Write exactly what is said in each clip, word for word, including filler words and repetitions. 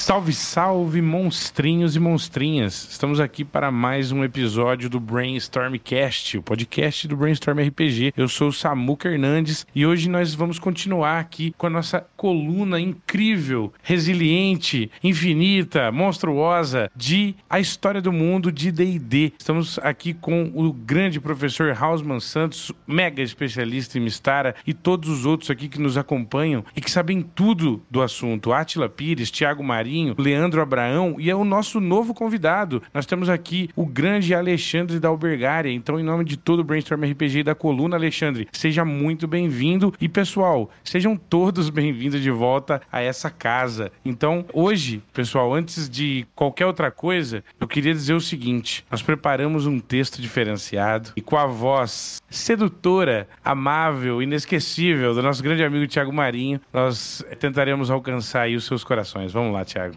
Salve, salve, monstrinhos e monstrinhas! Estamos aqui para mais um episódio do Brainstormcast, o podcast do Brainstorm R P G. Eu sou o Samuca Hernandes e hoje nós vamos continuar aqui com a nossa coluna incrível, resiliente, infinita, monstruosa de A História do Mundo de D e D. Estamos aqui com o grande professor Hausman Santos, mega especialista em Mystara, e todos os outros aqui que nos acompanham e que sabem tudo do assunto. Átila Pires, Thiago Marinho, Leandro Abraão, e é o nosso novo convidado. Nós temos aqui o grande Alexandre da Albergaria. Então, em nome de todo o Brainstorm R P G e da coluna, Alexandre, seja muito bem-vindo. E, pessoal, sejam todos bem-vindos de volta a essa casa. Então, hoje, pessoal, antes de qualquer outra coisa, eu queria dizer o seguinte: nós preparamos um texto diferenciado e com a voz sedutora, amável, inesquecível do nosso grande amigo Thiago Marinho, nós tentaremos alcançar aí os seus corações. Vamos lá, Thiago.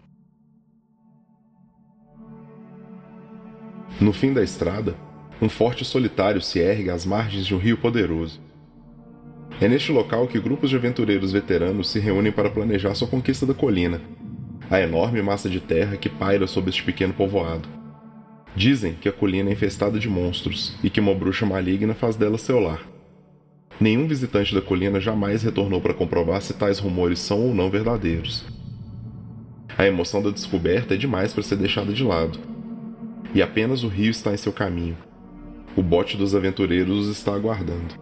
No fim da estrada, um forte solitário se ergue às margens de um rio poderoso. É neste local que grupos de aventureiros veteranos se reúnem para planejar sua conquista da colina, a enorme massa de terra que paira sobre este pequeno povoado. Dizem que a colina é infestada de monstros e que uma bruxa maligna faz dela seu lar. Nenhum visitante da colina jamais retornou para comprovar se tais rumores são ou não verdadeiros. A emoção da descoberta é demais para ser deixada de lado. E apenas o rio está em seu caminho. O bote dos aventureiros os está aguardando.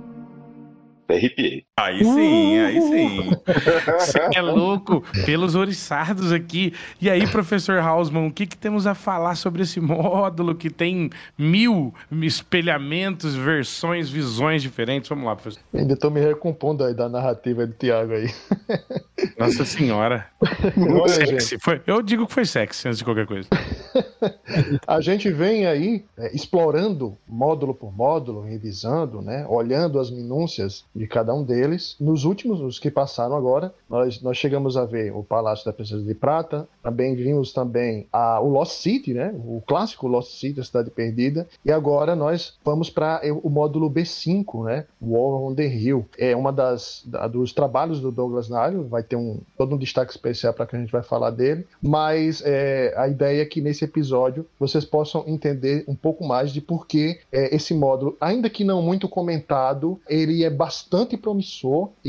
Arrepiei. Aí sim, aí sim. Você é louco, pelos oriçados aqui. E aí, professor Hausman, o que, que temos a falar sobre esse módulo que tem mil espelhamentos, versões, visões diferentes? Vamos lá, professor. Ainda estou me recompondo aí da narrativa do Thiago aí. Nossa senhora. Olha, sexy. gente. Foi, eu digo que foi sexy antes de qualquer coisa. A gente vem aí é, explorando módulo por módulo, revisando, né, olhando as minúcias de cada um deles. Nos últimos, os que passaram agora, nós, nós chegamos a ver o Palácio da Princesa de Prata, também vimos também a, o Lost City, né, o clássico Lost City, a Cidade Perdida, e agora nós vamos para o módulo B cinco, né, War on the Hill. É uma das da, dos trabalhos do Douglas Nario, vai ter um, todo um destaque especial para que a gente vai falar dele, mas é, a ideia é que nesse episódio vocês possam entender um pouco mais de por que é, esse módulo, ainda que não muito comentado, ele é bastante promissor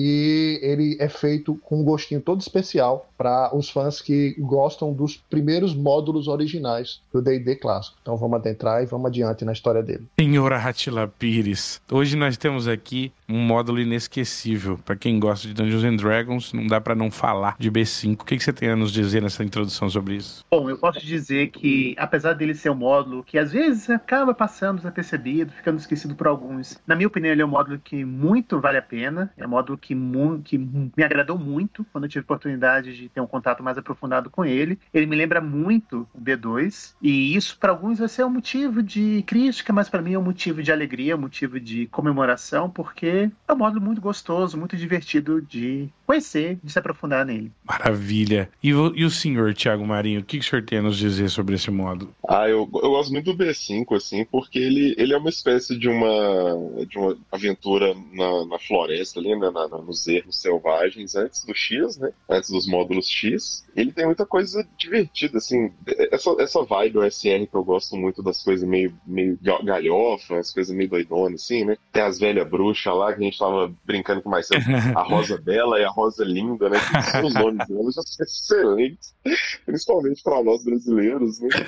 e ele é feito com um gostinho todo especial para os fãs que gostam dos primeiros módulos originais do D e D clássico. Então vamos adentrar e vamos adiante na história dele. Senhora Átila Pires, hoje nós temos aqui um módulo inesquecível. Para quem gosta de Dungeons and Dragons, não dá para não falar de B cinco. O que, que você tem a nos dizer nessa introdução sobre isso? Bom, eu posso dizer que, apesar dele ser um módulo que às vezes acaba passando desapercebido, ficando esquecido por alguns, na minha opinião ele é um módulo que muito vale a pena. É um módulo que, mu- que me agradou muito quando eu tive a oportunidade de ter um contato mais aprofundado com ele. Ele me lembra muito o B dois, e isso para alguns vai ser um motivo de crítica, mas para mim é um motivo de alegria, um motivo de comemoração, porque é um módulo muito gostoso, muito divertido de conhecer, de se aprofundar nele. Maravilha. E o, e o senhor, Thiago Marinho, o que, que o senhor tem a nos dizer sobre esse módulo? Ah, eu, eu gosto muito do B cinco, assim, porque ele, ele é uma espécie de uma, de uma aventura na, na floresta ali, né, na, na, nos erros selvagens antes do X, né, antes dos módulos X. Ele tem muita coisa divertida, assim, essa, essa vibe O S R que eu gosto muito das coisas meio, meio galhofa, as coisas meio doidonas, assim, né. Tem as velhas bruxas lá, que a gente tava brincando com mais cedo, a Rosa Bela e a Rosa Linda, né, que os nomes delas já são excelentes, principalmente para nós brasileiros, né.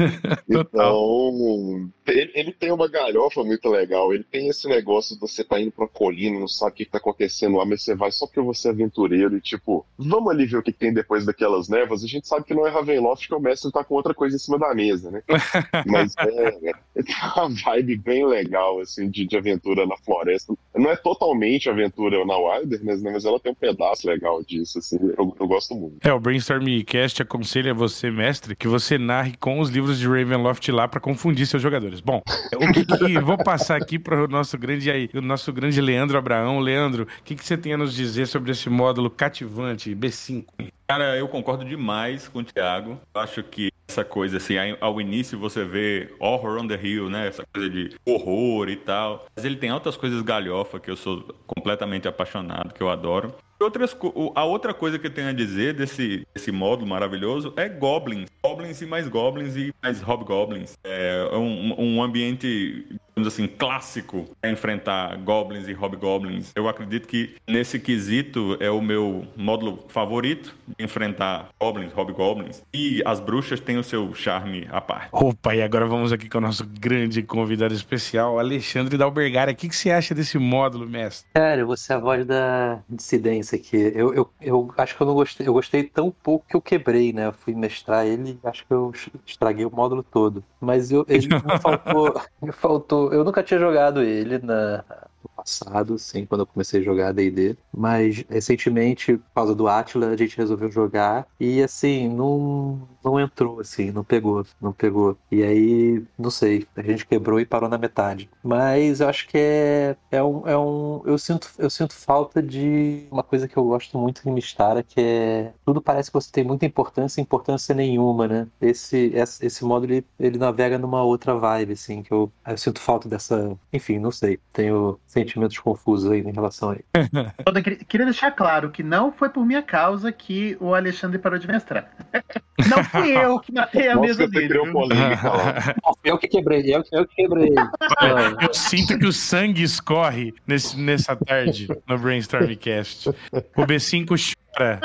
Então, ele, ele tem uma galhofa muito legal. Ele tem esse negócio de você tá indo pra colina, não sabe o que, que tá acontecendo lá, mas você vai só porque você é aventureiro e tipo, vamos ali ver o que, que tem depois daquelas névoas. A gente sabe que não é Ravenloft, que o mestre tá com outra coisa em cima da mesa, né? Mas é, é uma vibe bem legal, assim, de, de aventura na floresta. Não é totalmente aventura na Wilderness, né? Mas ela tem um pedaço legal disso, assim. Eu, eu gosto muito. É, o Brainstormcast aconselha você, mestre, que você narre com os livros de Ravenloft lá pra confundir seus jogadores. Bom, o que que... vou passar aqui para o nosso grande, o nosso grande Leandro Abraão. Leandro, o que, que você tem a nos dizer sobre esse módulo cativante B cinco? Cara, eu concordo demais com o Thiago. Eu acho que essa coisa, assim, ao início você vê Horror on the Hill, né? Essa coisa de horror e tal. Mas ele tem outras coisas galhofa que eu sou completamente apaixonado, que eu adoro. Outras, a outra coisa que eu tenho a dizer desse, desse módulo maravilhoso é goblins. Goblins e mais goblins e mais hobgoblins. É um, um ambiente, digamos assim, clássico para enfrentar goblins e hobgoblins. Eu acredito que nesse quesito é o meu módulo favorito de enfrentar goblins, hobgoblins. E as bruxas têm o seu charme à parte. Opa, e agora vamos aqui com o nosso grande convidado especial, Alexandre Dalbergara. O que, que você acha desse módulo, mestre? Cara, você é a voz da dissidência aqui. Eu, eu, eu acho que eu não gostei. Eu gostei tão pouco que eu quebrei, né? Eu fui mestrar ele, acho que eu estraguei o módulo todo. Mas eu, ele me faltou, me faltou. Eu nunca tinha jogado ele na, no passado, assim, quando eu comecei a jogar D e D. Mas recentemente, por causa do Átila, a gente resolveu jogar. E assim, não, não entrou, assim, não pegou, não pegou. E aí, não sei, a gente quebrou e parou na metade. Mas eu acho que é, é um. É um eu, sinto, eu sinto falta de uma coisa que eu gosto muito em Mystara, que é. Tudo parece que você tem muita importância e importância nenhuma, né? Esse, esse, esse modo ele, ele navega numa outra vibe, assim, que eu, eu sinto falta dessa. Enfim, não sei. Tenho sentimentos confusos aí em relação a ele. Eu queria deixar claro que não foi por minha causa que o Alexandre parou de mestrar. Não fui eu que matei a Nossa, mesa você dele. criou viu? polêmica lá. Eu que quebrei, eu, eu que quebrei. Olha, eu sinto que o sangue escorre nesse, nessa tarde no Brainstormcast. O B cinco chora.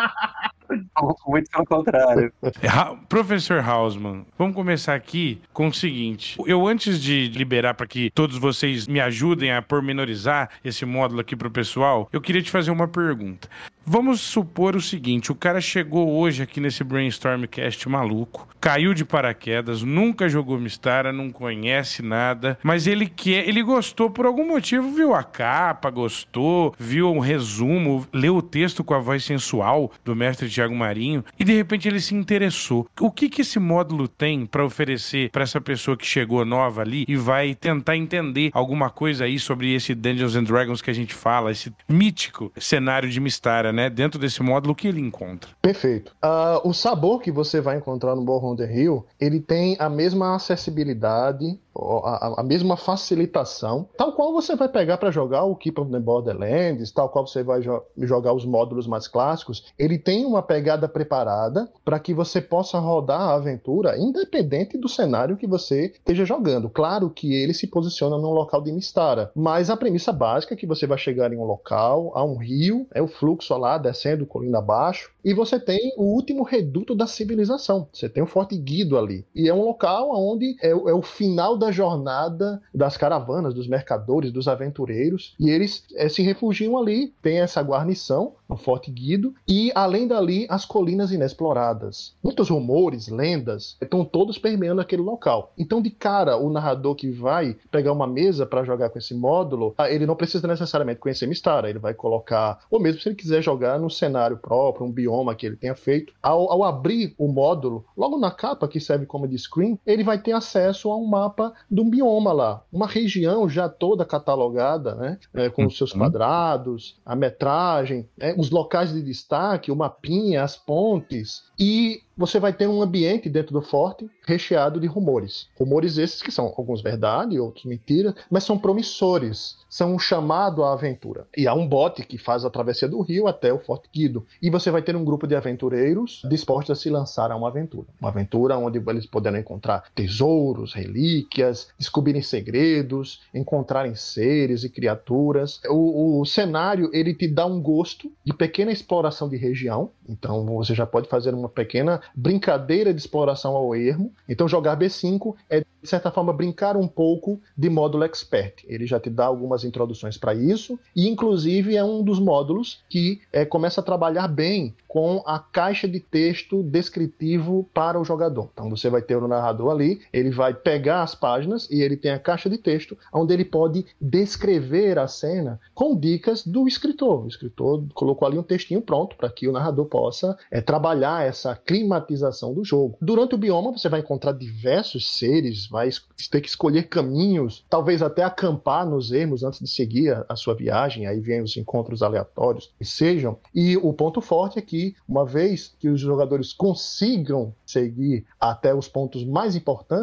Muito pelo contrário. Ha- Professor Hausmann, vamos começar aqui com o seguinte. Eu, antes de liberar para que todos vocês me ajudem a pormenorizar esse módulo aqui pro pessoal, eu queria te fazer uma pergunta. Vamos supor o seguinte, o cara chegou hoje aqui nesse Brainstormcast maluco, caiu de paraquedas, nunca jogou Mystara, não conhece nada, mas ele quer, ele gostou por algum motivo, viu a capa, gostou, viu um resumo, leu o texto com a voz sensual do mestre Thiago Marinho e de repente ele se interessou. O que que esse módulo tem para oferecer para essa pessoa que chegou nova ali e vai tentar entender alguma coisa aí sobre esse Dungeons and Dragons que a gente fala, esse mítico cenário de Mystara, né? Dentro desse módulo, o que ele encontra? Perfeito. Uh, o sabor que você vai encontrar no Born the Hill, ele tem a mesma acessibilidade, a, a mesma facilitação, tal qual você vai pegar para jogar o Keep of the Borderlands, tal qual você vai jo- jogar os módulos mais clássicos. Ele tem uma pegada preparada para que você possa rodar a aventura independente do cenário que você esteja jogando. Claro que ele se posiciona num local de Mystara, mas a premissa básica é que você vai chegar em um local, há um rio, é o fluxo lá descendo colina abaixo, e você tem o último reduto da civilização. Você tem o Forte Guido ali. E é um local onde é, é o final da jornada das caravanas, dos mercadores, dos aventureiros, e eles é, se refugiam ali. Tem essa guarnição no Forte Guido, e além dali, as colinas inexploradas. Muitos rumores, lendas, estão todos permeando aquele local. Então, de cara, o narrador que vai pegar uma mesa para jogar com esse módulo, ele não precisa necessariamente conhecer Mystara, ele vai colocar, ou mesmo se ele quiser jogar no cenário próprio, um bioma que ele tenha feito, ao, ao abrir o módulo, logo na capa que serve como de screen, ele vai ter acesso a um mapa de um bioma lá, uma região já toda catalogada, né, é, com os seus quadrados, a metragem, é, os locais de destaque, o mapinha, as pontes, e você vai ter um ambiente dentro do forte recheado de rumores. Rumores esses que são alguns verdade, outros mentira, mas são promissores, são um chamado à aventura. E há um bote que faz a travessia do rio até o Forte Guido. E você vai ter um grupo de aventureiros dispostos a se lançar a uma aventura. Uma aventura onde eles poderão encontrar tesouros, relíquias, descobrirem segredos, encontrarem seres e criaturas. O, o cenário, ele te dá um gosto de pequena exploração de região. Então você já pode fazer uma pequena brincadeira de exploração ao ermo. Então jogar B cinco é, de certa forma, brincar um pouco de módulo expert. Ele já te dá algumas introduções para isso, e inclusive é um dos módulos que é, começa a trabalhar bem com a caixa de texto descritivo para o jogador. Então você vai ter o narrador ali, ele vai pegar as páginas e ele tem a caixa de texto onde ele pode descrever a cena com dicas do escritor. O escritor colocou ali um textinho pronto para que o narrador possa é, trabalhar essa climatização do jogo. Durante o bioma você vai encontrar diversos seres, vai ter que escolher caminhos, talvez até acampar nos ermos antes de seguir a, a sua viagem, aí vem os encontros aleatórios que sejam, e o ponto forte é que, uma vez que os jogadores consigam seguir até os pontos mais importantes,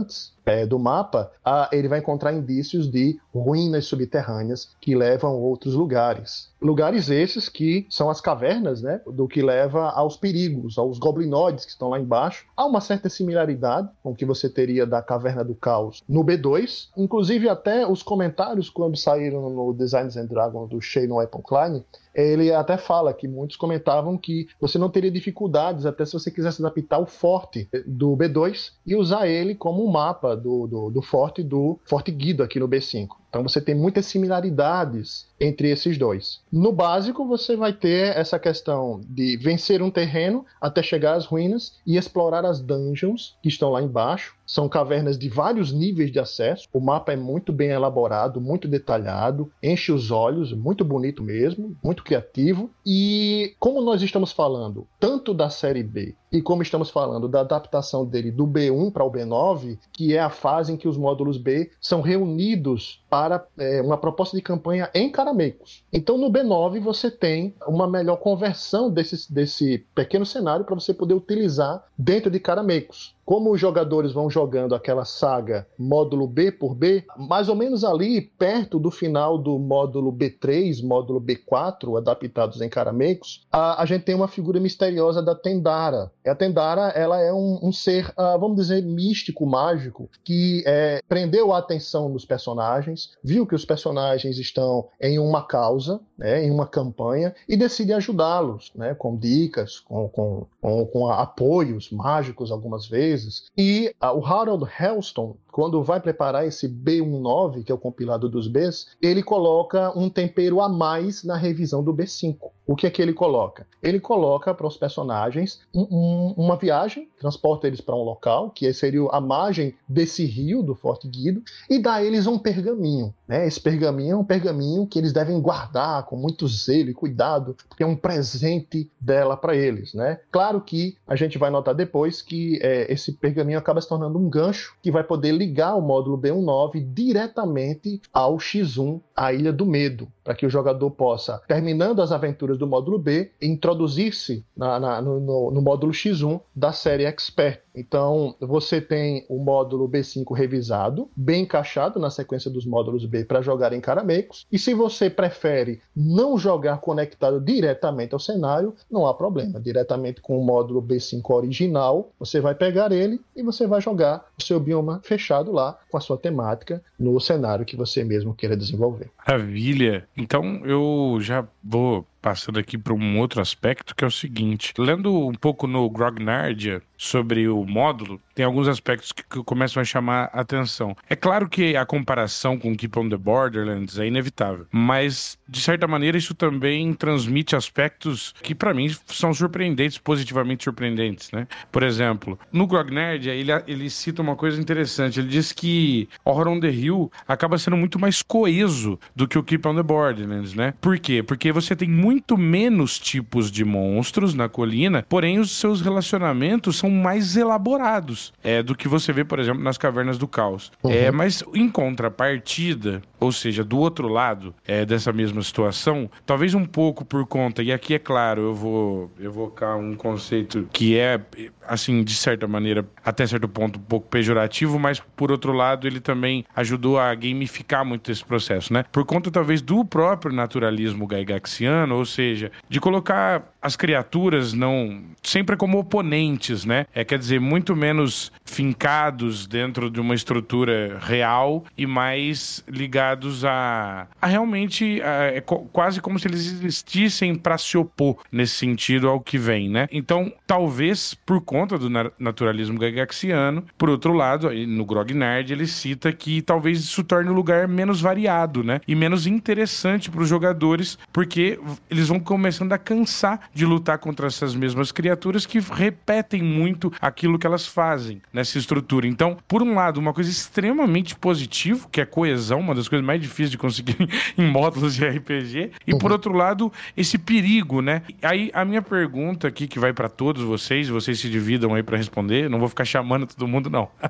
é, do mapa, a, ele vai encontrar indícios de ruínas subterrâneas que levam a outros lugares. Lugares esses que são as cavernas, né, do que leva aos perigos, aos goblinoides que estão lá embaixo. Há uma certa similaridade com o que você teria da Caverna do Caos no B dois. Inclusive, até os comentários quando saíram no Dungeons and Dragons do Shane Eppenklein, ele até fala que muitos comentavam que você não teria dificuldades até se você quisesse adaptar o forte do B dois e usar ele como um mapa do, do, do forte do Forte Guido aqui no B cinco. Então você tem muitas similaridades entre esses dois. No básico, você vai ter essa questão de vencer um terreno até chegar às ruínas e explorar as dungeons que estão lá embaixo. São cavernas de vários níveis de acesso. O mapa é muito bem elaborado, muito detalhado, enche os olhos, muito bonito mesmo, muito criativo. E como nós estamos falando tanto da série B e como estamos falando da adaptação dele do B um para o B nove, que é a fase em que os módulos B são reunidos para é, uma proposta de campanha em Carameicos. Então no B nove você tem uma melhor conversão desse, desse pequeno cenário para você poder utilizar dentro de Carameicos. Como os jogadores vão jogando aquela saga módulo B por B, mais ou menos ali perto do final do módulo B três, módulo B quatro, adaptados em Carameicos, a, a gente tem uma figura misteriosa da Tendara. A Tendara, ela é um, um ser, uh, vamos dizer, místico, mágico, que é, prendeu a atenção dos personagens, viu que os personagens estão em uma causa, né, em uma campanha, e decide ajudá-los, né, com dicas, com, com, com, com apoios mágicos algumas vezes. E uh, o Harold Helston, quando vai preparar esse B dezanove, que é o compilado dos Bs, ele coloca um tempero a mais na revisão do B cinco. O que é que ele coloca? Ele coloca para os personagens um, um, uma viagem, transporta eles para um local, que seria a margem desse rio do Forte Guido, e dá a eles um pergaminho. Né? Esse pergaminho é um pergaminho que eles devem guardar com muito zelo e cuidado, porque é um presente dela para eles. Né? Claro que a gente vai notar depois que é, esse pergaminho acaba se tornando um gancho que vai poder ligar o módulo B dezanove diretamente ao X um, a Ilha do Medo, para que o jogador possa, terminando as aventuras do módulo B, introduzir-se na, na, no, no módulo X um da série Expert. Então, você tem o módulo B cinco revisado, bem encaixado na sequência dos módulos B para jogar em Carameicos, e se você prefere não jogar conectado diretamente ao cenário, não há problema. Diretamente com o módulo B cinco original, você vai pegar ele e você vai jogar o seu bioma fechado lá, com a sua temática, no cenário que você mesmo queira desenvolver. Maravilha! Então, eu já vou passando aqui para um outro aspecto, que é o seguinte. Lendo um pouco no Grognardia sobre o módulo, tem alguns aspectos que, que começam a chamar a atenção. É claro que a comparação com Keep on the Borderlands é inevitável, mas, de certa maneira, isso também transmite aspectos que, para mim, são surpreendentes, positivamente surpreendentes, né? Por exemplo, no Grognardia, ele, ele cita uma coisa interessante. Ele diz que Horror on the Hill acaba sendo muito mais coeso do que o Keep on the Borderlands, né? Por quê? Porque você tem muito menos tipos de monstros na colina, porém os seus relacionamentos são mais elaborados é, do que você vê, por exemplo, nas Cavernas do Caos. Uhum. É, mas em contrapartida, ou seja, do outro lado é, dessa mesma situação, talvez um pouco por conta, e aqui é claro, eu vou evocar um conceito que é, assim, de certa maneira, até certo ponto, um pouco pejorativo, mas por outro lado, ele também ajudou a gamificar muito esse processo, né? Por conta, talvez, do próprio naturalismo gygaxiano, ou seja, de colocar as criaturas não sempre como oponentes, né? É, quer dizer, muito menos fincados dentro de uma estrutura real e mais ligados a, a realmente a, é quase como se eles existissem para se opor nesse sentido ao que vem, né? Então, talvez por conta do naturalismo gygaxiano, por outro lado, no Grognard ele cita que talvez isso torne o lugar menos variado, né? E menos interessante para os jogadores, porque eles vão começando a cansar de lutar contra essas mesmas criaturas que repetem muito aquilo que elas fazem nessa estrutura. Então, por um lado, uma coisa extremamente positiva, que é a coesão, uma das coisas mais difíceis de conseguir em módulos de R P G, e por outro lado, esse perigo, né? Aí, a minha pergunta aqui, que vai para todos vocês, vocês se dividam aí para responder, não vou ficar chamando todo mundo, não.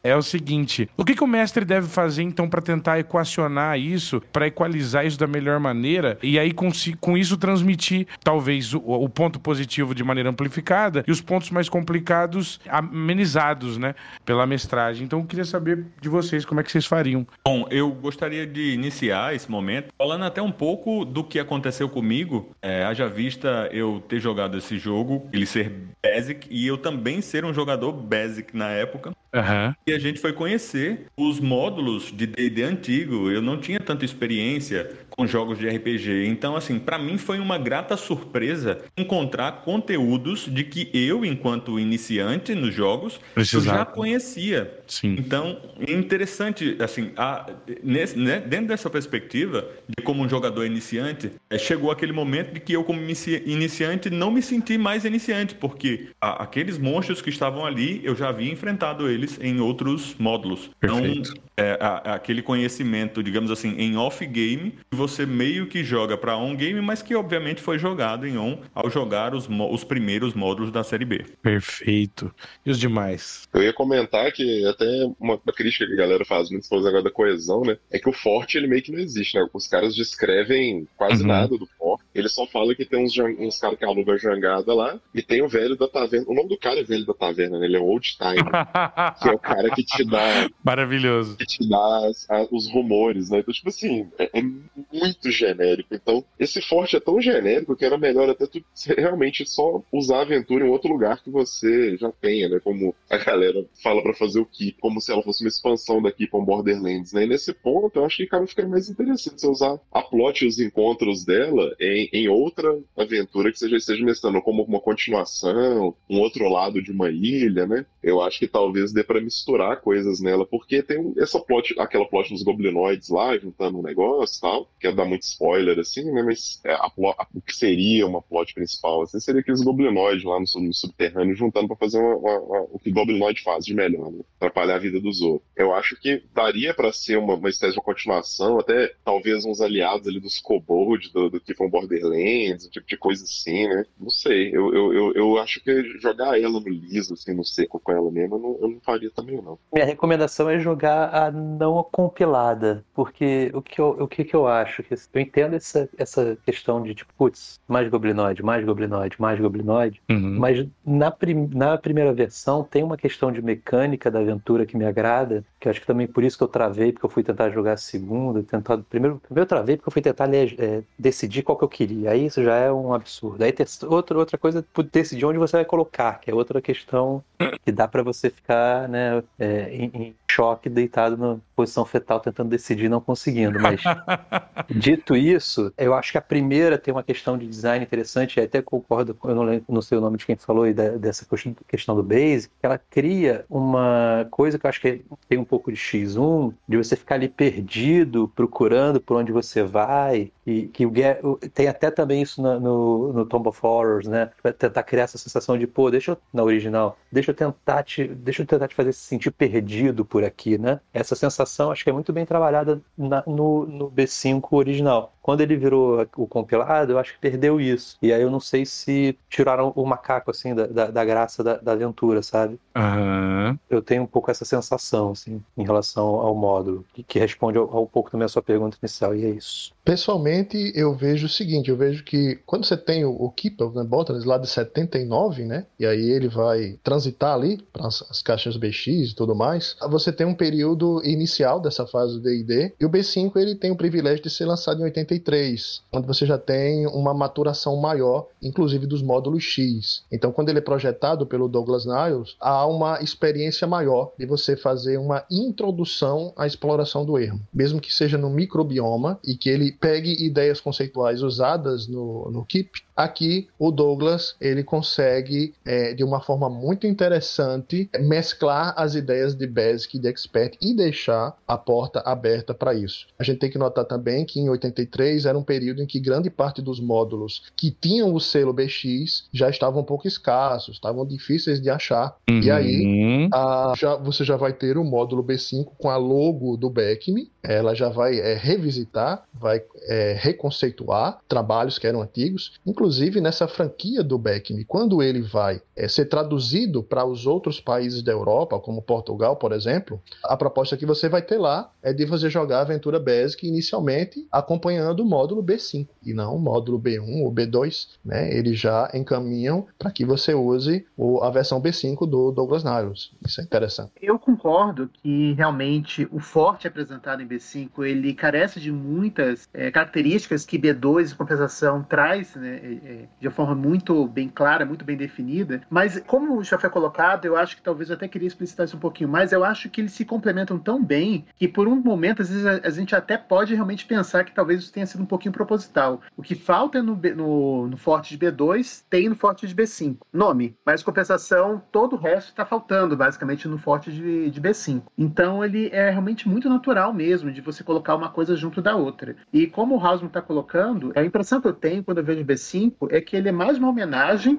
é o seguinte: o que, que o mestre deve fazer então para tentar equacionar isso, para equalizar isso da melhor maneira e aí com, com isso transmitir talvez o, o ponto positivo de maneira amplificada e os pontos mais complicados amenizados, né, pela mestragem. Então eu queria saber de vocês como é que vocês fariam. Bom, eu gostaria de iniciar esse momento falando até um pouco do que aconteceu comigo, é, haja vista eu ter jogado esse jogo, ele ser basic e eu também ser um jogador basic na época. Uhum. E a gente foi conhecer os módulos de D e D antigo. Eu não tinha tanta experiência com jogos de R P G. Então, assim, para mim foi uma grata surpresa encontrar conteúdos de que eu, enquanto iniciante nos jogos, Precisava. eu já conhecia. Sim. Então, é interessante, assim, a, nesse, né, dentro dessa perspectiva de como um jogador iniciante, é, chegou aquele momento de que eu, como inici, iniciante, não me senti mais iniciante, porque a, aqueles monstros que estavam ali, eu já havia enfrentado eles em outros módulos. Perfeito. Então, é, a, aquele conhecimento, digamos assim, em off-game, que você meio que joga para on-game, mas que obviamente foi jogado em on ao jogar os, os primeiros módulos da série B. Perfeito. E os demais? Eu ia comentar que até uma, uma crítica que a galera faz muito depois agora da coesão, né? É que o forte ele meio que não existe, né? Os caras descrevem quase Uhum. nada do forte. Ele só fala que tem uns, uns caras que alugam a jangada lá e tem o velho da taverna. O nome do cara é velho da taverna, né? Ele é old time. Que é o cara que te dá. Maravilhoso. Que te dá as, a, os rumores, né? Então, tipo assim, é, é muito genérico. Então, esse forte é tão genérico que era melhor até tu realmente só usar a aventura em outro lugar que você já tenha, né? Como a galera fala pra fazer o Keep, como se ela fosse uma expansão da Keep on Borderlands, né? E nesse ponto, eu acho que acaba ficando mais interessante você usar a plot e os encontros dela em, em outra aventura que você já esteja mestrando, como uma continuação, um outro lado de uma ilha, né? Eu acho que talvez dê pra misturar coisas nela, porque tem essa plot, aquela plot dos goblinoides lá, juntando um negócio e tal, quero dar muito spoiler, assim, né? Mas é, a plot, a, o que seria uma plot principal, assim, seria aqueles goblinoides lá no, no subterrâneo, juntando pra fazer uma, uma, uma, o que goblinoide faz de melhor, né? Atrapalhar a vida dos outros. Eu acho que daria pra ser uma, uma espécie de continuação, até talvez uns aliados ali dos kobolds, do, do Keep on Borderlands, um tipo de coisa assim, né? Não sei, eu, eu, eu, eu acho que jogar ela no liso, assim, no seco com ela mesmo, eu não, eu não faria também, não. Minha recomendação é jogar a não compilada, porque o que eu, o que que eu acho? Que eu entendo essa, essa questão de tipo, putz, mais goblinoide, mais goblinoide, mais goblinoide, Uhum. mas na, prim, na primeira versão tem uma questão de mecânica da aventura que me agrada, que eu acho que também por isso que eu travei, porque eu fui tentar jogar a segunda, tentar, primeiro, primeiro eu travei porque eu fui tentar é, decidir qual que eu queria, aí isso já é um absurdo. Aí tem outra, outra coisa, decidir onde você vai colocar, que é outra questão que dá pra você ficar, né, é, em, em choque, deitado na posição fetal, tentando decidir, não conseguindo. Mas, dito isso, eu acho que a primeira tem uma questão de design interessante, e até concordo, eu não, lembro, não sei o nome de quem falou, e da, dessa questão do Basic, que ela cria uma coisa que eu acho que tem um pouco de xis um, de você ficar ali perdido, procurando por onde você vai, e que o, tem até também isso no, no, no Tomb of Horrors, né? Tentar criar essa sensação de, pô, deixa eu, na original, deixa eu tentar te, deixa eu tentar te fazer se sentir perdido por aqui, né? Essa sensação acho que é muito bem trabalhada na, no, no B cinco original. Quando ele virou o compilado, eu acho que perdeu isso. E aí eu não sei se tiraram o macaco, assim, da, da, da graça da, da aventura, sabe? Uhum. Eu tenho um pouco essa sensação, assim, em relação ao módulo, que, que responde ao, ao pouco também a sua pergunta inicial, e é isso. Pessoalmente, eu vejo o seguinte, eu vejo que quando você tem o, o Keeper, né, Botanist, lá de setenta e nove, né, e aí ele vai transitar ali para as, as caixas B X e tudo mais, você tem um período inicial dessa fase do D e D, e o B cinco ele tem o privilégio de ser lançado em oitenta e três, onde você já tem uma maturação maior, inclusive dos módulos X. Então, quando ele é projetado pelo Douglas Niles, há uma experiência maior de você fazer uma introdução à exploração do ermo, mesmo que seja no microbioma e que ele pegue ideias conceituais usadas no, no Keep. Aqui, o Douglas, ele consegue, é, de uma forma muito interessante, mesclar as ideias de Basic e de Expert e deixar a porta aberta para isso. A gente tem que notar também que em oitenta e três era um período em que grande parte dos módulos que tinham o selo B X já estavam um pouco escassos, estavam difíceis de achar. Uhum. E aí, a, já, você já vai ter o módulo B cinco com a logo do Beckme, ela já vai é, revisitar, vai é, reconceituar trabalhos que eram antigos, inclusive nessa franquia do Beckme, quando ele vai é, ser traduzido para os outros países da Europa, como Portugal, por exemplo, a proposta que você vai ter lá é de você jogar a aventura Basic inicialmente acompanhando o módulo B cinco, e não o módulo B um ou B dois, né? Eles já encaminham para que você use o, a versão B cinco do Douglas Niles. Isso é interessante. Eu concordo que realmente o forte apresentado em B cinco ele carece de muitas é, características que B dois, em compensação, traz, né, é, de uma forma muito bem clara, muito bem definida, mas como já foi colocado, eu acho que talvez eu até queria explicitar isso um pouquinho mais, eu acho que eles se complementam tão bem que por um momento, às vezes, a, a gente até pode realmente pensar que talvez isso tenha sido um pouquinho proposital. O que falta no, no, no forte de B dois tem no forte de B cinco. Nome, mas compensação, todo o resto está faltando, basicamente, no forte de, de B cinco. Então, ele é realmente muito natural mesmo, de você colocar uma coisa junto da outra. E como o Hausmann está colocando, a impressão que eu tenho quando eu vejo B cinco é que ele é mais uma homenagem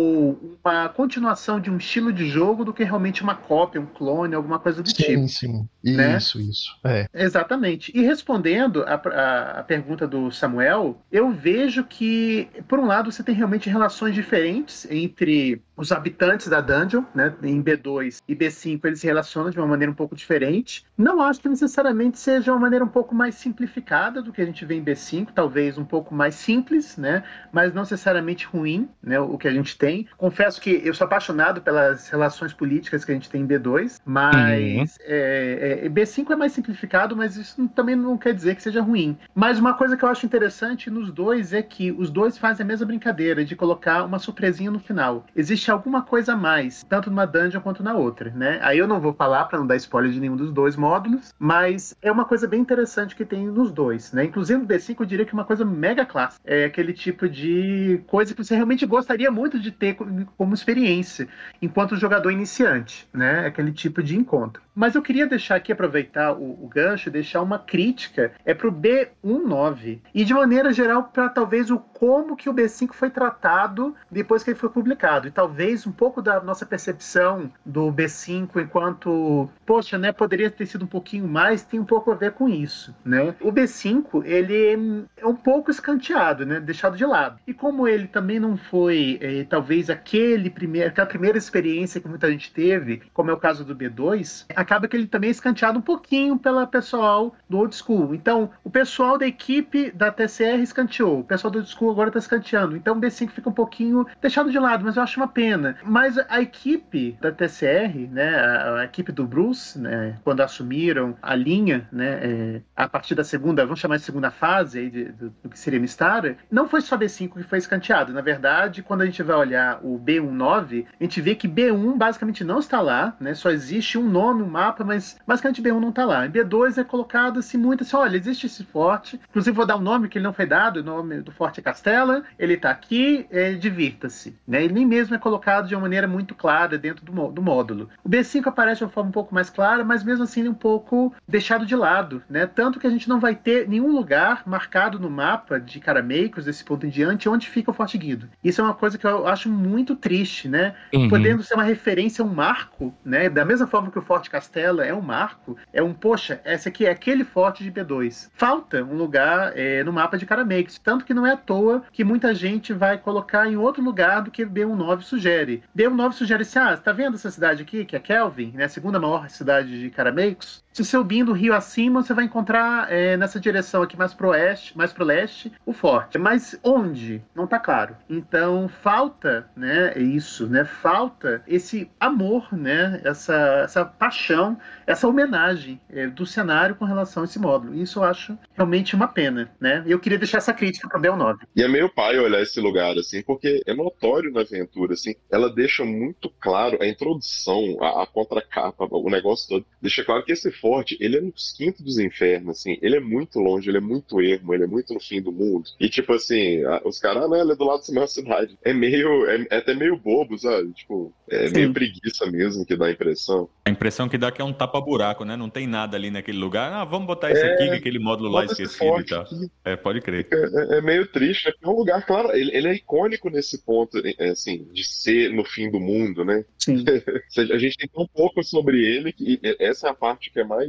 ou uma continuação de um estilo de jogo do que realmente uma cópia, um clone, alguma coisa do sim, tipo. Sim, né? Isso, isso. É. Exatamente. E respondendo a, a, a pergunta do Samuel, eu vejo que, por um lado, você tem realmente relações diferentes entre os habitantes da dungeon, né? Em B dois e B cinco eles se relacionam de uma maneira um pouco diferente. Não acho que necessariamente seja uma maneira um pouco mais simplificada do que a gente vê em B cinco, talvez um pouco mais simples, né? Mas não necessariamente ruim, né? O que a gente tem. Confesso que eu sou apaixonado pelas relações políticas que a gente tem em B dois, mas uhum. é, é, B cinco é mais simplificado, mas isso também não quer dizer que seja ruim. Mas uma coisa que eu acho interessante nos dois é que os dois fazem a mesma brincadeira de colocar uma surpresinha no final. Existe alguma coisa a mais, tanto numa dungeon quanto na outra, né? Aí eu não vou falar para não dar spoiler de nenhum dos dois módulos, mas é uma coisa bem interessante que tem nos dois, né? Inclusive no B cinco eu diria que é uma coisa mega clássica. É aquele tipo de coisa que você realmente gostaria muito de ter como experiência, enquanto jogador iniciante, né? Aquele tipo de encontro. Mas eu queria deixar aqui, aproveitar o, o gancho, deixar uma crítica é pro B dezanove. E de maneira geral, para talvez o como que o B cinco foi tratado depois que ele foi publicado. E talvez um pouco da nossa percepção do B cinco enquanto, poxa, né, poderia ter sido um pouquinho mais, tem um pouco a ver com isso, né? O B cinco, ele é um pouco escanteado, né, deixado de lado. E como ele também não foi, eh, talvez, aquele primeiro, aquela primeira experiência que muita gente teve, como é o caso do B dois, acaba que ele também é escanteado um pouquinho pela pessoal do Old School. Então, o pessoal da equipe da T C R escanteou, o pessoal do Old School agora está escanteando. Então, o B cinco fica um pouquinho deixado de lado, mas eu acho uma pena. Mas a equipe da T C R, né, a, a equipe do Bruce, né, quando assumiram a linha, né, é, a partir da segunda, vamos chamar de segunda fase aí de, do, do que seria Mystara, não foi só B cinco que foi escanteado. Na verdade, quando a gente vai olhar o B dezanove, a gente vê que B um basicamente não está lá, né, só existe um nome, um mapa, mas basicamente B um não está lá. Em B dois é colocado assim muito assim, olha, existe esse forte, inclusive vou dar um nome que ele não foi dado, o nome do forte é Castela, ele está aqui, é, divirta-se, né? Ele nem mesmo é colocado de uma maneira muito clara dentro do, do módulo. O B cinco aparece de uma forma um pouco mais clara, mas mesmo assim ele é um pouco deixado de lado, né? Tanto que a gente não vai ter nenhum lugar marcado no mapa de Carameicos, desse ponto em diante, onde fica o Forte Guido. Isso é uma coisa que eu acho muito triste, né? Uhum. Podendo ser uma referência, um marco, né? Da mesma forma que o Forte Castela é um marco, é um, poxa, esse aqui é aquele forte de B dois. Falta um lugar é, no mapa de Carameicos, tanto que não é à toa que muita gente vai colocar em outro lugar do que B dezanove sugere. B dezanove sugere assim, ah, tá vendo essa cidade aqui, que é Kelvin, né, a segunda maior cidade de Carameicos? Se subindo o rio acima, você vai encontrar é, nessa direção aqui mais pro oeste, mais pro leste, o forte. Mas onde? Não tá claro. Então falta, né, isso, né? Falta esse amor, né? Essa, essa paixão, essa homenagem é, do cenário com relação a esse módulo. Isso eu acho realmente uma pena, né? Eu queria deixar essa crítica para o B dezanove. E é meio pai olhar esse lugar, assim, porque é notório na aventura, assim, ela deixa muito claro a introdução, a, a contracapa, o negócio todo, deixa claro que esse forte, ele é nos quintos dos infernos, assim, ele é muito longe, ele é muito ermo, ele é muito no fim do mundo. E tipo assim, os caras, ah, não, ele é do lado da mesma cidade. É meio, é, é até meio bobo, sabe? Tipo, é Sim. meio preguiça mesmo que dá a impressão. A impressão que dá que é um tapa-buraco, né? Não tem nada ali naquele lugar. Ah, vamos botar esse é, aqui, aquele módulo lá esquecido e tal. Aqui. É, pode crer. É, é meio triste, né? É um lugar, claro, ele, ele é icônico nesse ponto, assim, de ser no fim do mundo, né? Sim. A gente tem tão pouco sobre ele que essa é a parte que é mais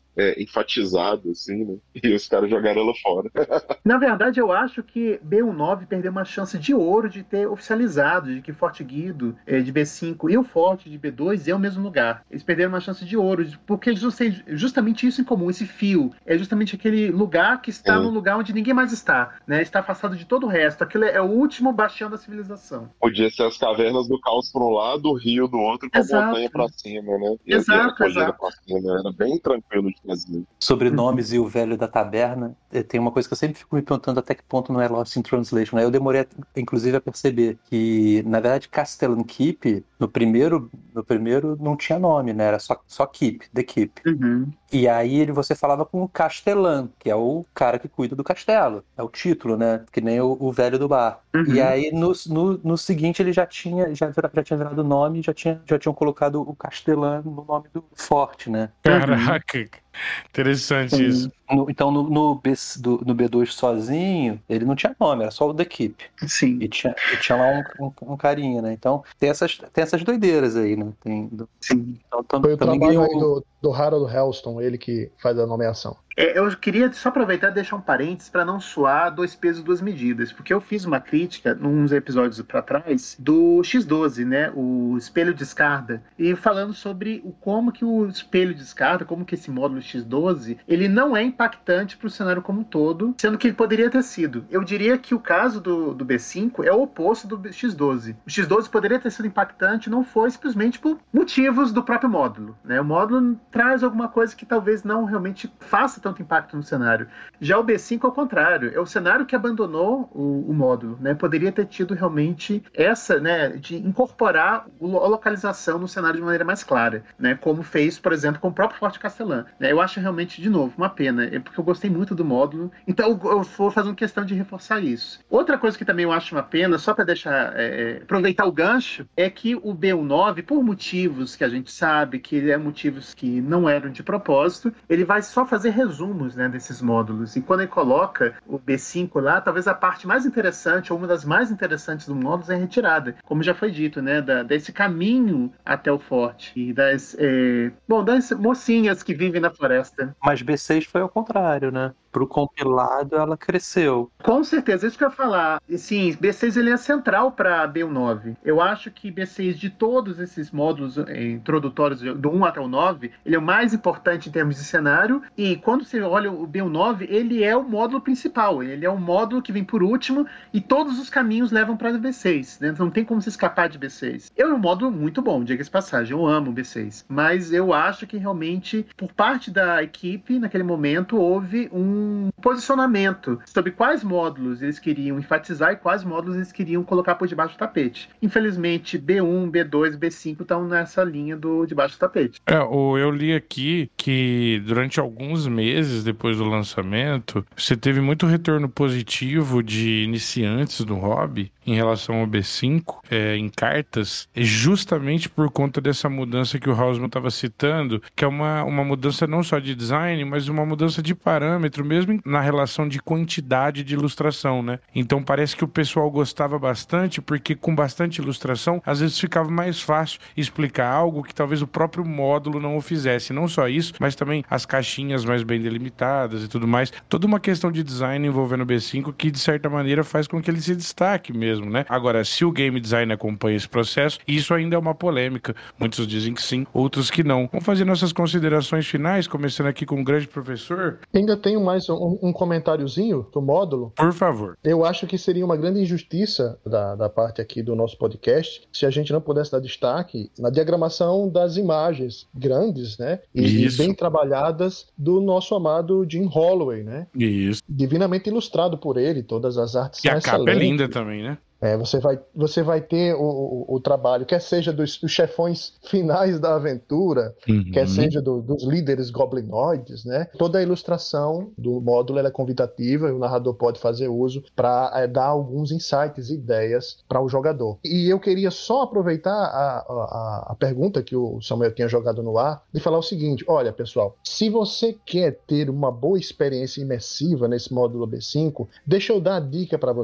é, enfatizado, assim, né? E os caras jogaram ela fora. Na verdade, eu acho que B dezanove perdeu uma chance de ouro de ter oficializado de que Forte Guido é, de B cinco e o Forte de B dois é o mesmo lugar. Eles perderam uma chance de ouro, porque eles têm justamente isso em comum, esse fio. É justamente aquele lugar que está é. no lugar onde ninguém mais está, né? Está afastado de todo o resto. Aquilo é o último bastião da civilização. Podia ser as cavernas do caos para um lado, o rio do outro, com a exato. montanha para cima, né? E exato, a colina exato. para cima. Era bem tranquilo de fazer. Sobre nomes e o velho da taberna, tem uma coisa que eu sempre fico me perguntando até que ponto não é Lost in Translation, né? Eu demorei, inclusive, a perceber que, na verdade, Castellan Keep, no primeiro, no primeiro não tinha nome, né? Era só, só Keep, The Keep. Uhum. E aí ele, você falava com o Castellan, que é o cara que cuida do castelo. É o título, né? Que nem o, o velho do bar. Uhum. E aí, no, no, no seguinte, ele já tinha, já, já tinha virado o nome, já, tinha, já tinham colocado o Castellan no nome do forte, né? Caraca, uhum. Interessante Sim. isso. No, então, no, no, B, do, no B dois sozinho, ele não tinha nome, era só o The Keep. Sim. E tinha, e tinha lá um, um, um carinha, né? Então, tem essas, tem essas doideiras aí, né? Tem, do... Sim. Então, tam, Foi o trabalho ganhou... aí do, do Harold Helston, ele que faz a nomeação. É, eu queria só aproveitar e deixar um parênteses para não soar dois pesos, duas medidas, porque eu fiz uma crítica, uns episódios para trás, do X doze, né, o espelho de Skarda, e falando sobre o, como que o espelho de Skarda, como que esse módulo X doze, ele não é impactante para o cenário como um todo, sendo que ele poderia ter sido. Eu diria que o caso do, do B cinco é o oposto do X doze. O X doze poderia ter sido impactante, não foi simplesmente por motivos do próprio módulo, né? O módulo traz alguma coisa que talvez não realmente faça tanto impacto no cenário. Já o B cinco, ao contrário, é o cenário que abandonou o, o módulo, né? Poderia ter tido realmente essa, né, de incorporar a localização no cenário de maneira mais clara, né? Como fez, por exemplo, com o próprio Forte Castellan, né? Eu acho realmente, de novo, uma pena, é porque eu gostei muito do módulo, então eu vou fazendo questão de reforçar isso. Outra coisa que também eu acho uma pena, só para deixar, é, aproveitar o gancho, é que o B dezanove, por motivos que a gente sabe, que é motivos que não eram de propósito, ele vai só fazer resumos, né, desses módulos. E quando ele coloca o B cinco lá, talvez a parte mais interessante, ou uma das mais interessantes do módulo, é retirada. Como já foi dito, né, da, desse caminho até o forte. E das, é, bom, das mocinhas que vivem na floresta. Mas B seis foi ao contrário, né? Pro compilado, ela cresceu. Com certeza, isso que eu ia falar. Sim, B seis ele é central para B dezanove. Eu acho que B seis, de todos esses módulos eh, introdutórios, do um até o nove, ele é o mais importante em termos de cenário. E quando você olha o B dezanove, ele é o módulo principal. Ele é o módulo que vem por último e todos os caminhos levam para B seis. Né? Não tem como se escapar de B seis. É um módulo muito bom, diga-se passagem. Eu amo o B seis. Mas eu acho que realmente, por parte da equipe, naquele momento, houve um um posicionamento sobre quais módulos eles queriam enfatizar e quais módulos eles queriam colocar por debaixo do tapete. Infelizmente, B um, B dois, B cinco estão nessa linha do debaixo do tapete. É, eu li aqui que durante alguns meses depois do lançamento, você teve muito retorno positivo de iniciantes do hobby em relação ao B cinco, é, em cartas, justamente por conta dessa mudança que o Hausmann estava citando, que é uma, uma mudança não só de design, mas uma mudança de parâmetro, mesmo na relação de quantidade de ilustração, né? Então parece que o pessoal gostava bastante, porque com bastante ilustração, às vezes ficava mais fácil explicar algo que talvez o próprio módulo não o fizesse. Não só isso, mas também as caixinhas mais bem delimitadas e tudo mais. Toda uma questão de design envolvendo o B cinco que, de certa maneira, faz com que ele se destaque mesmo, né? Agora, se o game design acompanha esse processo, isso ainda é uma polêmica. Muitos dizem que sim, outros que não. Vamos fazer nossas considerações finais, começando aqui com o grande professor. Ainda tenho mais um, um comentáriozinho do módulo. Por favor. Eu acho que seria uma grande injustiça da, da parte aqui do nosso podcast se a gente não pudesse dar destaque na diagramação das imagens grandes, né? E, e bem trabalhadas do nosso amado Jim Holloway, né? Isso. Divinamente ilustrado por ele, todas as artes são excelentes. E a capa é linda também, né? É, você, vai, você vai ter o, o, o trabalho, quer seja dos, dos chefões finais da aventura, uhum. quer seja do, dos líderes goblinoides, né? Toda a ilustração do módulo ela é convidativa e o narrador pode fazer uso para é, dar alguns insights e ideias para o jogador. E eu queria só aproveitar a, a, a pergunta que o Samuel tinha jogado no ar e falar o seguinte: olha, pessoal, se você quer ter uma boa experiência imersiva nesse módulo B cinco, deixa eu dar a dica para você.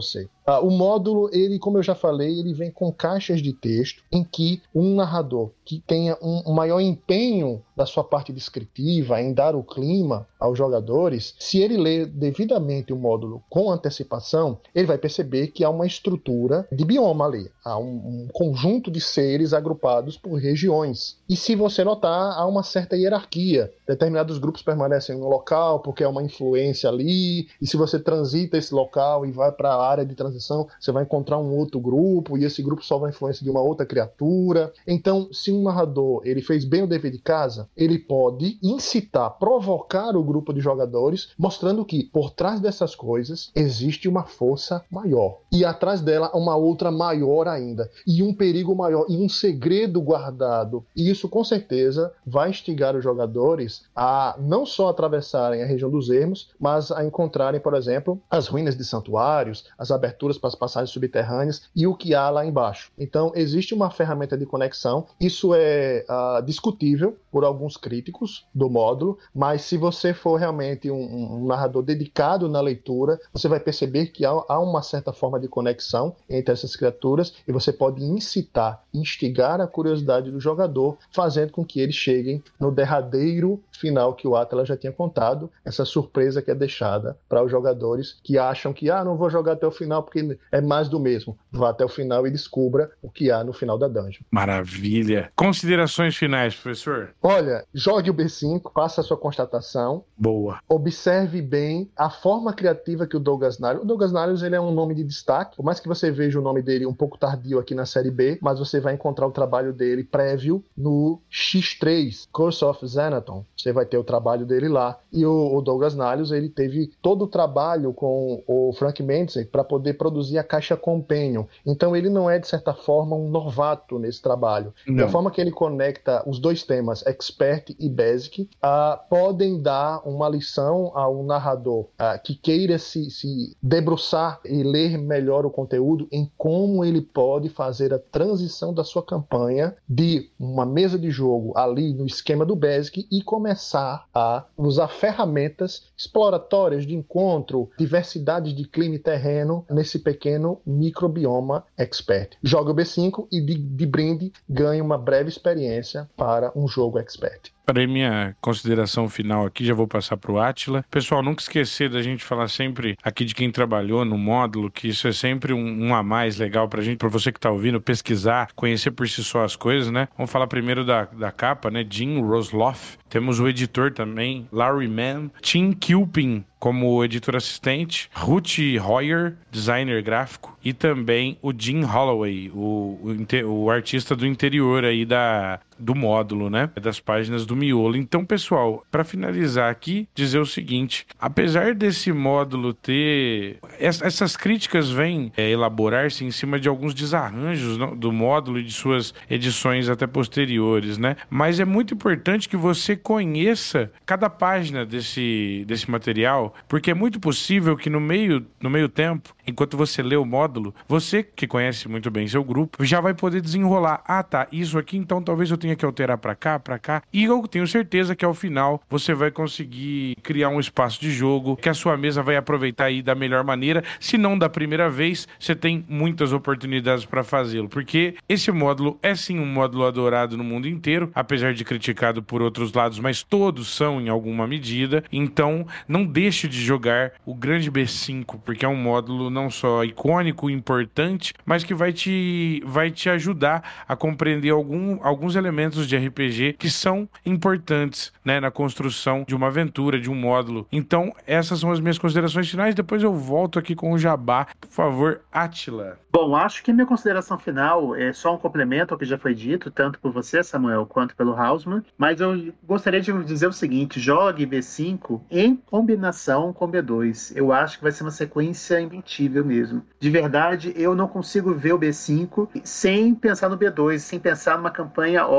Ah, o módulo, ele, como eu já falei, ele vem com caixas de texto em que um narrador que tenha um, um maior empenho da sua parte descritiva em dar o clima aos jogadores, se ele ler devidamente o módulo com antecipação, ele vai perceber que há uma estrutura de bioma ali, há um, um conjunto de seres agrupados por regiões. E se você notar, há uma certa hierarquia. Determinados grupos permanecem no local porque é uma influência ali, e se você transita esse local e vai para a área de transição, você vai encontrar um outro grupo, e esse grupo sofre a influência de uma outra criatura. Então, se um narrador ele fez bem o dever de casa, ele pode incitar, provocar o grupo de jogadores, mostrando que por trás dessas coisas existe uma força maior, e atrás dela uma outra maior ainda, e um perigo maior, e um segredo guardado. E isso com certeza vai instigar os jogadores a não só atravessarem a região dos ermos, mas a encontrarem, por exemplo, as ruínas de santuários, as aberturas para as passagens subterrâneas e o que há lá embaixo. Então existe uma ferramenta de conexão. Isso é uh, discutível por alguns críticos do módulo, mas se você for realmente um, um narrador dedicado na leitura, você vai perceber que há, há uma certa forma de conexão entre essas criaturas, e você pode incitar, instigar a curiosidade do jogador, fazendo com que eles cheguem no derradeiro final que o Atlas já tinha contado, essa surpresa que é deixada para os jogadores que acham que, ah, não vou jogar até o final porque é mais do mesmo. Vá até o final e descubra o que há no final da dungeon. Maravilha. Considerações finais, professor? Olha, jogue o B cinco, faça a sua constatação. Boa. Observe bem a forma criativa que o Douglas Narius... O Douglas Narius, ele é um nome de destaque, por mais que você veja o nome dele um pouco tardio aqui na série B, mas você vai encontrar o trabalho dele prévio no X três, Curse of Xanaton. Você vai ter o trabalho dele lá. E o, o Douglas Narius, ele teve todo o trabalho com o Frank Mendes para poder produzir a caixa Companion. Então ele não é, de certa forma, um novato nesse trabalho. Não. Da forma que ele conecta os dois temas, Expert e Basic, uh, podem dar uma lição ao narrador uh, que queira se, se debruçar e ler melhor o conteúdo em como ele pode fazer a transição da sua campanha de uma mesa de jogo ali no esquema do Basic e começar a usar ferramentas exploratórias de encontro, diversidades de clima e terreno nesse pequeno microbioma Expert. Joga o B cinco e de, de brinde ganha uma breve experiência para um jogo Expert. Para minha consideração final aqui, já vou passar para o Átila. Pessoal, nunca esquecer da gente falar sempre aqui de quem trabalhou no módulo, que isso é sempre um, um a mais legal para a gente, para você que está ouvindo, pesquisar, conhecer por si só as coisas, né? Vamos falar primeiro da, da capa, né? Jim Rosloff. Temos o editor também, Larry Mann. Tim Kilpin como editor assistente, Ruth Hoyer, designer gráfico, e também o Jim Holloway, o, o, o artista do interior aí da, do módulo, né? Das páginas do miolo. Então, pessoal, para finalizar aqui, dizer o seguinte: apesar desse módulo ter... Essas críticas vêm é, elaborar-se em cima de alguns desarranjos do módulo e de suas edições até posteriores, né? Mas é muito importante que você conheça cada página desse, desse material, porque é muito possível que no meio, no meio tempo, enquanto você lê o módulo, você que conhece muito bem seu grupo, já vai poder desenrolar. Ah, tá, isso aqui, então talvez eu tenha que alterar pra cá, pra cá. E eu tenho certeza que ao final você vai conseguir criar um espaço de jogo que a sua mesa vai aproveitar aí da melhor maneira. Se não da primeira vez, você tem muitas oportunidades para fazê-lo, porque esse módulo é sim um módulo adorado no mundo inteiro, apesar de criticado por outros lados, mas todos são em alguma medida. Então, não deixe de jogar o grande B cinco, porque é um módulo não só icônico e importante, mas que vai te, vai te ajudar a compreender algum, alguns elementos de R P G que são importantes, né, na construção de uma aventura, de um módulo. Então, essas são as minhas considerações finais. Depois eu volto aqui com o jabá. Por favor, Átila. Bom, acho que a minha consideração final é só um complemento ao que já foi dito, tanto por você, Samuel, quanto pelo Hausmann, mas eu gostaria de dizer o seguinte: jogue B cinco em combinação com B dois. Eu acho que vai ser uma sequência imbatível mesmo. De verdade, eu não consigo ver o B cinco sem pensar no B dois, sem pensar numa campanha ótima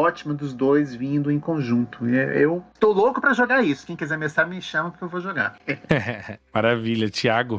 ótima dos dois vindo em conjunto. Eu tô louco pra jogar isso. Quem quiser mestrar, me chama porque eu vou jogar. Maravilha. Thiago?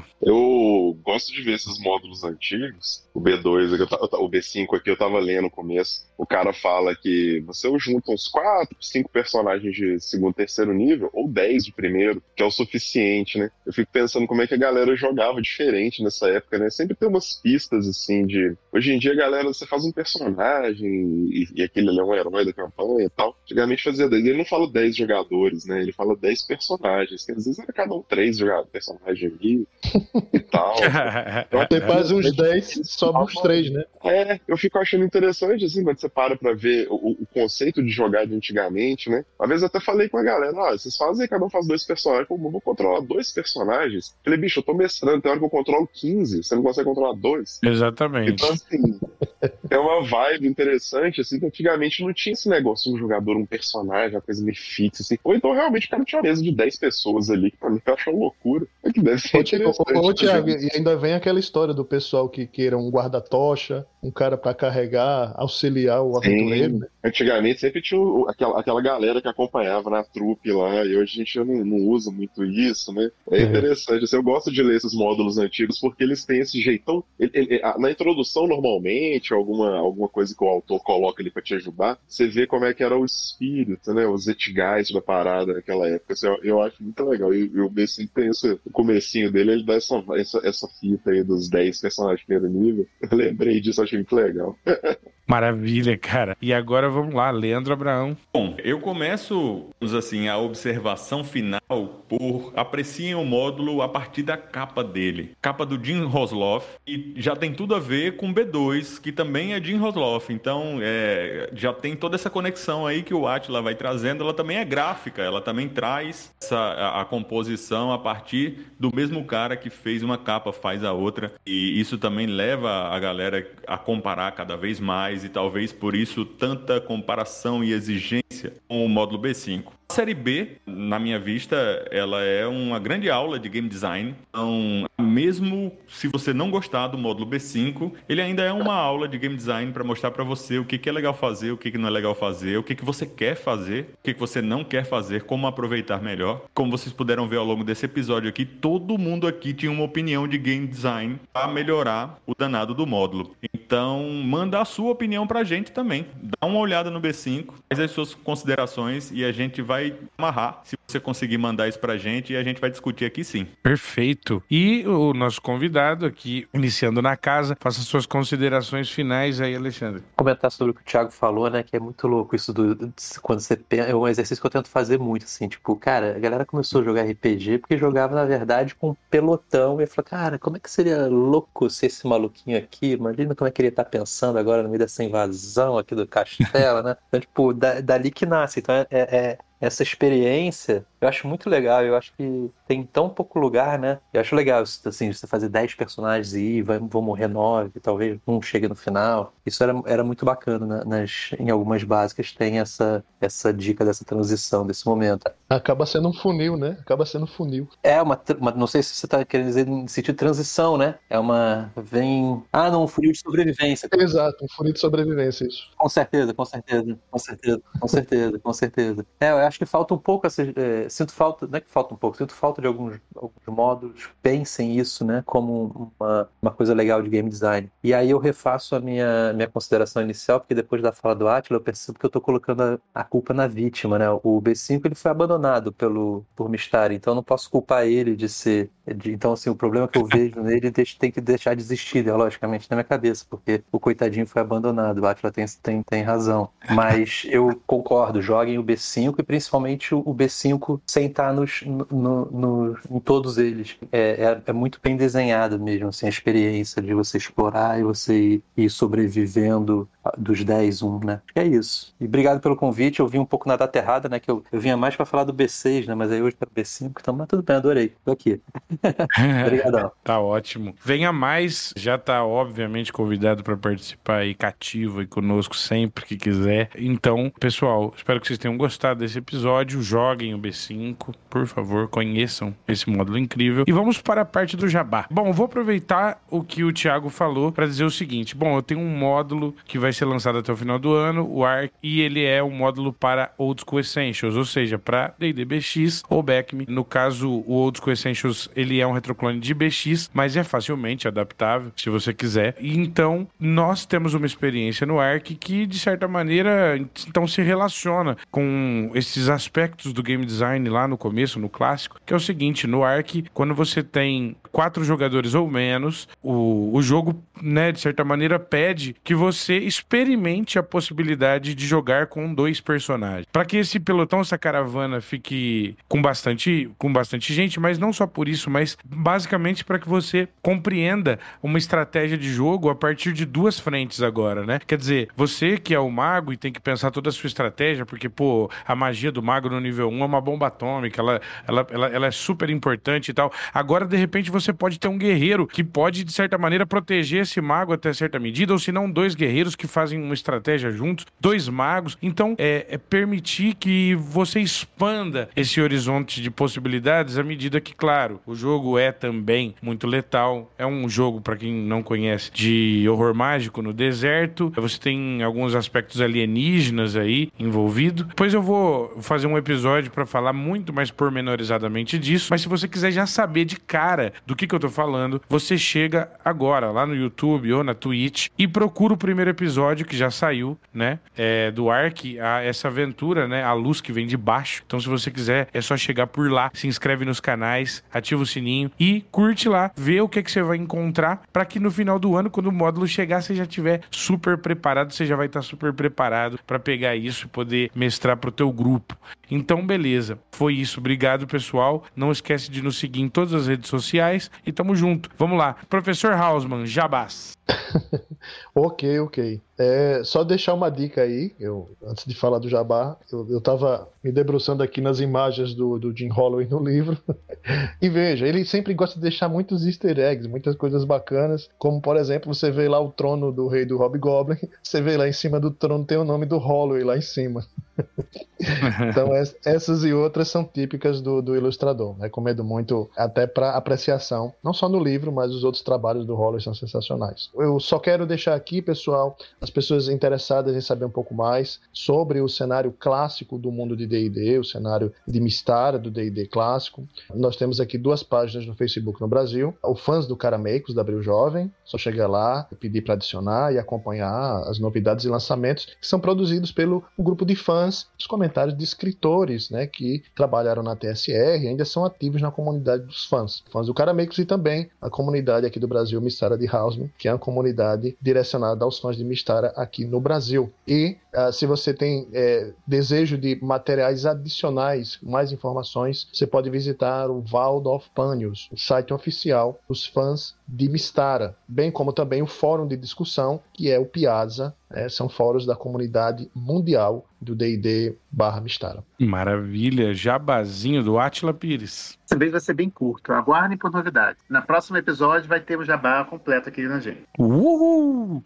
Eu gosto de ver esses módulos antigos. O B dois, o B cinco aqui eu tava lendo no começo. O cara fala que você junta uns quatro, cinco personagens de segundo, terceiro nível, ou dez de primeiro, que é o suficiente, né? Eu fico pensando como é que a galera jogava diferente nessa época, né? Sempre tem umas pistas, assim, de... Hoje em dia, a galera, você faz um personagem e, e aquele ali é um herói da campanha e tal. Antigamente fazia dez. Ele não fala dez jogadores, né? Ele fala dez personagens, que às vezes era cada um três personagens ali e tal. Então, você faz uns dez, sobe uns três, né? É, eu fico achando interessante, assim, quando você para pra ver o, o conceito de jogar de antigamente, né? Uma vez eu até falei com a galera, ah, vocês fazem, cada um faz dois personagens. Pô, eu vou controlar dois personagens. Falei, bicho, eu tô mestrando, tem hora que eu controlo quinze, você não consegue controlar dois? Exatamente. Então, assim, é uma vibe interessante, assim, que antigamente não tinha esse negócio, um jogador, um personagem, uma coisa meio fixa, assim. Ou então, realmente, o cara tinha uma mesa de dez pessoas ali, que pra mim eu acho uma loucura. É que deve ser interessante. Ô, ô, Thiago, e ainda vem aquela história do pessoal que queira um guarda-tocha, um cara pra carregar, auxiliar o aventureiro, né? Antigamente sempre tinha o, aquela, aquela galera que acompanhava na trupe lá, e hoje a gente não, não usa muito isso, né? É interessante, assim, eu gosto de ler esses módulos antigos porque eles têm esse jeitão. Ele, ele, na introdução, normalmente, alguma, alguma coisa que o autor coloca ali pra te ajudar, você vê como é que era o espírito, né? Os Zeitgeist da parada naquela época. Assim, eu, eu acho muito legal. E, e o B cinco tem esse, o comecinho dele, ele dá essa, essa, essa fita aí dos dez personagens de primeiro nível. Eu lembrei disso, achei muito legal. Maravilha, cara. E agora vamos lá, Leandro Abraão. Bom, eu começo, vamos assim, a observação final por apreciem o módulo a partir da capa dele. Capa do Jim Rosloff, e já tem tudo a ver com B dois, que também é Jim Rosloff. Então, é, já tem toda essa conexão aí que o Attila vai trazendo. Ela também é gráfica, ela também traz essa, a, a composição a partir do mesmo cara que fez uma capa, faz a outra. E isso também leva a galera a comparar cada vez mais, e talvez por isso tanta comparação e exigência com o módulo B cinco. A série B, na minha vista, ela é uma grande aula de game design. Então, mesmo se você não gostar do módulo B cinco, ele ainda é uma aula de game design para mostrar para você o que, que é legal fazer, o que, que não é legal fazer, o que, que você quer fazer, o que, que você não quer fazer, como aproveitar melhor. Como vocês puderam ver ao longo desse episódio aqui, todo mundo aqui tinha uma opinião de game design para melhorar o danado do módulo. Então, manda a sua opinião pra gente também. Dá uma olhada no B cinco, faz as suas considerações e a gente vai amarrar se você conseguir mandar isso pra gente, e a gente vai discutir aqui sim. Perfeito. E o nosso convidado aqui, iniciando na casa, faça suas considerações finais aí, Alexandre. Comentar sobre o que o Thiago falou, né, que é muito louco isso do, do quando você pensa, é um exercício que eu tento fazer muito, assim, tipo, cara, a galera começou a jogar R P G porque jogava, na verdade, com um pelotão, e eu falei, cara, como é que seria louco ser esse maluquinho aqui? Imagina como é que ele tá pensando agora no meio dessa invasão aqui do castelo, né? Então, tipo, da, dali que nasce. Então, é, é essa experiência, eu acho muito legal. Eu acho que tem tão pouco lugar, né? Eu acho legal, assim, você fazer dez personagens e ir, vai, vão morrer nove, talvez um chegue no final. Isso era, era muito bacana, né? Nas, em algumas básicas tem essa, essa dica dessa transição, desse momento. Acaba sendo um funil, né? Acaba sendo um funil. É uma, uma não sei se você tá querendo dizer no sentido de transição, né? É uma, vem... Ah, não, um funil de sobrevivência. Exato, um funil de sobrevivência, isso. Com certeza, com certeza, com certeza, com certeza, com certeza. É, eu acho que falta um pouco, essa, é, sinto falta, não é que falta um pouco, sinto falta de alguns, alguns módulos, pensem isso, né, como uma, uma coisa legal de game design. E aí eu refaço a minha, minha consideração inicial, porque depois da fala do Attila, eu percebo que eu tô colocando a, a culpa na vítima, né, o B cinco ele foi abandonado pelo, por Mistari, então eu não posso culpar ele de ser, de, então assim, o problema que eu vejo nele tem que deixar de existir, logicamente, na minha cabeça, porque o coitadinho foi abandonado, o Attila tem, tem, tem razão. Mas eu concordo, joguem o B cinco e principalmente o B cinco sem estar nos, no, no, em todos eles. É, é, é muito bem desenhado mesmo, assim, a experiência de você explorar e você ir, ir sobrevivendo dos dez, um, né? Acho que é isso. E obrigado pelo convite, eu vim um pouco na data errada, né? Que eu, eu vinha mais para falar do B seis, né? Mas aí hoje tá o B cinco, então, mas tudo bem, adorei. Tô aqui. Obrigadão. Tá ótimo. Venha mais, já tá obviamente convidado para participar aí cativo e conosco sempre que quiser. Então, pessoal, espero que vocês tenham gostado desse episódio. Joguem o B cinco, por favor, conheçam esse módulo incrível. E vamos para a parte do jabá. Bom, vou aproveitar o que o Thiago falou para dizer o seguinte. Bom, eu tenho um módulo que vai ser lançado até o final do ano, o Arc, e ele é um módulo para Old School Essentials, ou seja, para D e D B X ou B E C M. No caso, o Old School Essentials, ele é um retroclone de B X, mas é facilmente adaptável, se você quiser. E então, nós temos uma experiência no Arc que, de certa maneira, então se relaciona com esses aspectos do game design lá no começo, no clássico, que é o seguinte: no Arc, quando você tem quatro jogadores ou menos, o, o jogo, né, de certa maneira, pede que você experimente a possibilidade de jogar com dois personagens. Para que esse pelotão, essa caravana, fique com bastante, com bastante gente, mas não só por isso, mas basicamente para que você compreenda uma estratégia de jogo a partir de duas frentes agora, né? Quer dizer, você que é o mago e tem que pensar toda a sua estratégia, porque, pô, a magia do mago no nível um é uma bomba atômica, ela, ela, ela, ela é super importante e tal. Agora, de repente, você pode ter um guerreiro que pode, de certa maneira, proteger esse mago até certa medida, ou se não, dois guerreiros que fazem uma estratégia juntos, dois magos. Então, é, é permitir que você expanda esse horizonte de possibilidades à medida que, claro, o jogo é também muito letal. É um jogo, para quem não conhece, de horror mágico no deserto. Você tem alguns aspectos alienígenas aí envolvidos. Depois eu vou fazer um episódio para falar muito mais pormenorizadamente disso, mas se você quiser já saber de cara do que, que eu tô falando, você chega agora lá no YouTube ou na Twitch e procura o primeiro episódio que já saiu, né, é, do Ark, a, essa aventura, né, a luz que vem de baixo. Então, se você quiser, é só chegar por lá, se inscreve nos canais, ativa o sininho e curte lá, vê o que, que você vai encontrar, para que no final do ano, quando o módulo chegar, você já estiver super preparado, você já vai estar super preparado para pegar isso e poder mestrar pro teu grupo. Então, beleza. Foi isso. Obrigado, pessoal. Não esquece de nos seguir em todas as redes sociais e tamo junto. Vamos lá. Professor Hausmann, jabás. Ok, ok. É, só deixar uma dica aí, eu, antes de falar do jabá, eu, eu tava me debruçando aqui nas imagens do, do Jim Holloway no livro, e veja, ele sempre gosta de deixar muitos easter eggs, muitas coisas bacanas, como por exemplo, você vê lá o trono do rei do Hobgoblin, você vê lá em cima do trono tem o nome do Holloway lá em cima. Então essas e outras são típicas do, do ilustrador. Recomendo muito até para apreciação, não só no livro, mas os outros trabalhos do Holloway são sensacionais. Eu só quero deixar aqui, pessoal, as pessoas interessadas em saber um pouco mais sobre o cenário clássico do mundo de D e D, o cenário de Mystara do D e D clássico. Nós temos aqui duas páginas no Facebook no Brasil, o Fãs do Carameicos, da Abril Jovem, só chegar lá, pedir para adicionar e acompanhar as novidades e lançamentos que são produzidos pelo um grupo de fãs, os comentários de escritores, né, que trabalharam na T S R e ainda são ativos na comunidade dos fãs, fãs do Carameicos, e também a comunidade aqui do Brasil, Mystara de Hausmann, que é uma comunidade direcionada aos fãs de Mystara aqui no Brasil. E uh, se você tem é, desejo de materiais adicionais, mais informações, você pode visitar o Vault of Panios, o site oficial dos fãs de Mystara, bem como também o fórum de discussão, que é o Piazza, é, são fóruns da comunidade mundial do D e D barra Mystara. Maravilha, jabazinho do Átila Pires. Dessa vez vai ser bem curto, aguardem por novidades. No próximo episódio vai ter o jabá completo aqui na gente. Uhul!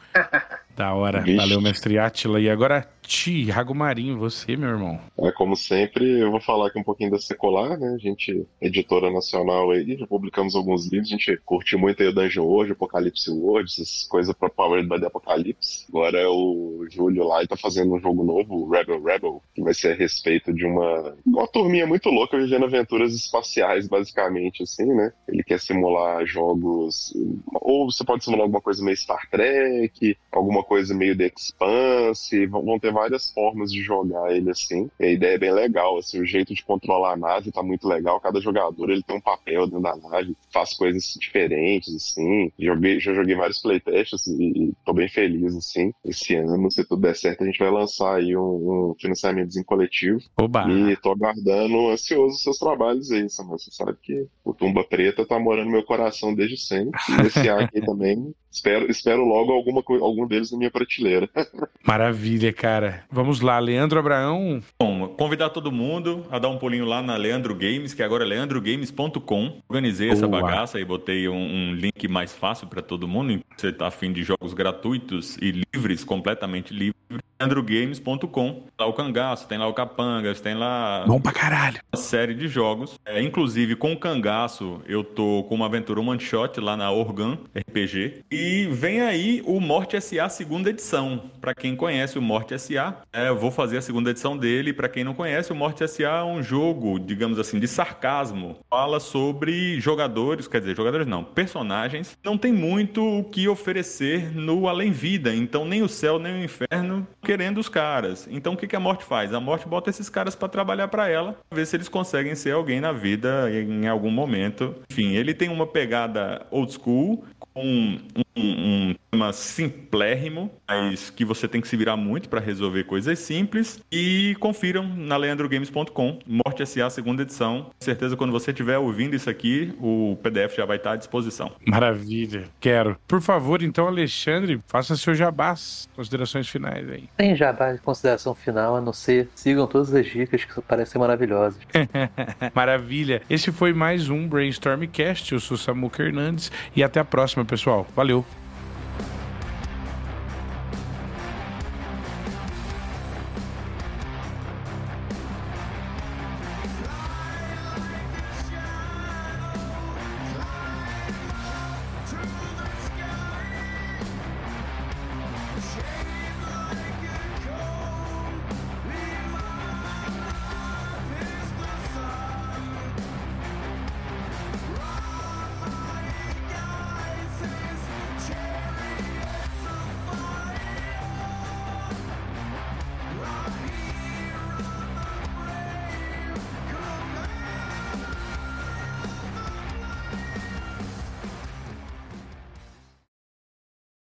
Da hora, valeu, mestre Átila. E agora, Thiago Marinho, você, meu irmão. É, como sempre, eu vou falar aqui um pouquinho da Secular, né? A gente, editora nacional aí, já publicamos alguns livros, a gente curte muito aí o Dungeon World, Apocalipse World, essas coisas pra Powered by the Apocalypse. Agora o Júlio lá tá fazendo um jogo novo, Rebel Rebel, que vai ser a respeito de uma, uma turminha muito louca vivendo aventuras espaciais, basicamente, assim, né? Ele quer simular jogos, ou você pode simular alguma coisa meio Star Trek, alguma coisa meio The Expanse, vão ter várias formas de jogar ele, assim. E a ideia é bem legal, assim, o jeito de controlar a nave tá muito legal, cada jogador ele tem um papel dentro da nave, faz coisas diferentes, assim. Joguei, já joguei vários playtests e, e tô bem feliz, assim. Esse ano, se tudo der certo, a gente vai lançar aí um, um financiamentozinho coletivo. Oba. E tô aguardando, ansioso os seus trabalhos aí, Samuel. Você sabe que o Tumba Preta tá morando no meu coração desde sempre. E esse aqui também, espero, espero logo alguma, algum deles na minha prateleira. Maravilha, cara. Vamos lá, Leandro Abraão. Bom, convidar todo mundo a dar um pulinho lá na Leandro Games, que agora é leandro games ponto com. Organizei Boa. essa bagaça e botei um, um link mais fácil para todo mundo. Você tá afim de jogos gratuitos e livres, completamente livres. leandro games ponto com. Tem lá o Cangaço, tem lá o Capangas, tem lá... Bom pra caralho. Uma série de jogos. É, inclusive, com o Cangaço, eu tô com uma aventura one shot lá na Organ R P G. E vem aí o Morte S A segunda edição. Pra quem conhece o Morte S A, é, eu vou fazer a segunda edição dele. Pra quem não conhece, o Morte S A é um jogo, digamos assim, de sarcasmo. Fala sobre jogadores, quer dizer, jogadores não, personagens. Não tem muito o que oferecer no além-vida. Então, nem o céu, nem o inferno querendo os caras. Então, o que que a Morte faz? A Morte bota esses caras pra trabalhar pra ela, pra ver se eles conseguem ser alguém na vida em algum momento. Enfim, ele tem uma pegada old school, com um, um, um tema simplérrimo, mas que você tem que se virar muito para resolver coisas simples. E confiram na leandro games ponto com, Morte S A segunda edição. Com certeza, quando você estiver ouvindo isso aqui, o P D F já vai estar à disposição. Maravilha, quero. Por favor, então, Alexandre, faça seu jabás, considerações finais aí. Tem jabá de consideração final, a não ser sigam todas as dicas que parecem maravilhosas. Maravilha. Esse foi mais um Brainstormcast. Eu sou Samuca Hernandes e até a próxima, pessoal. Valeu.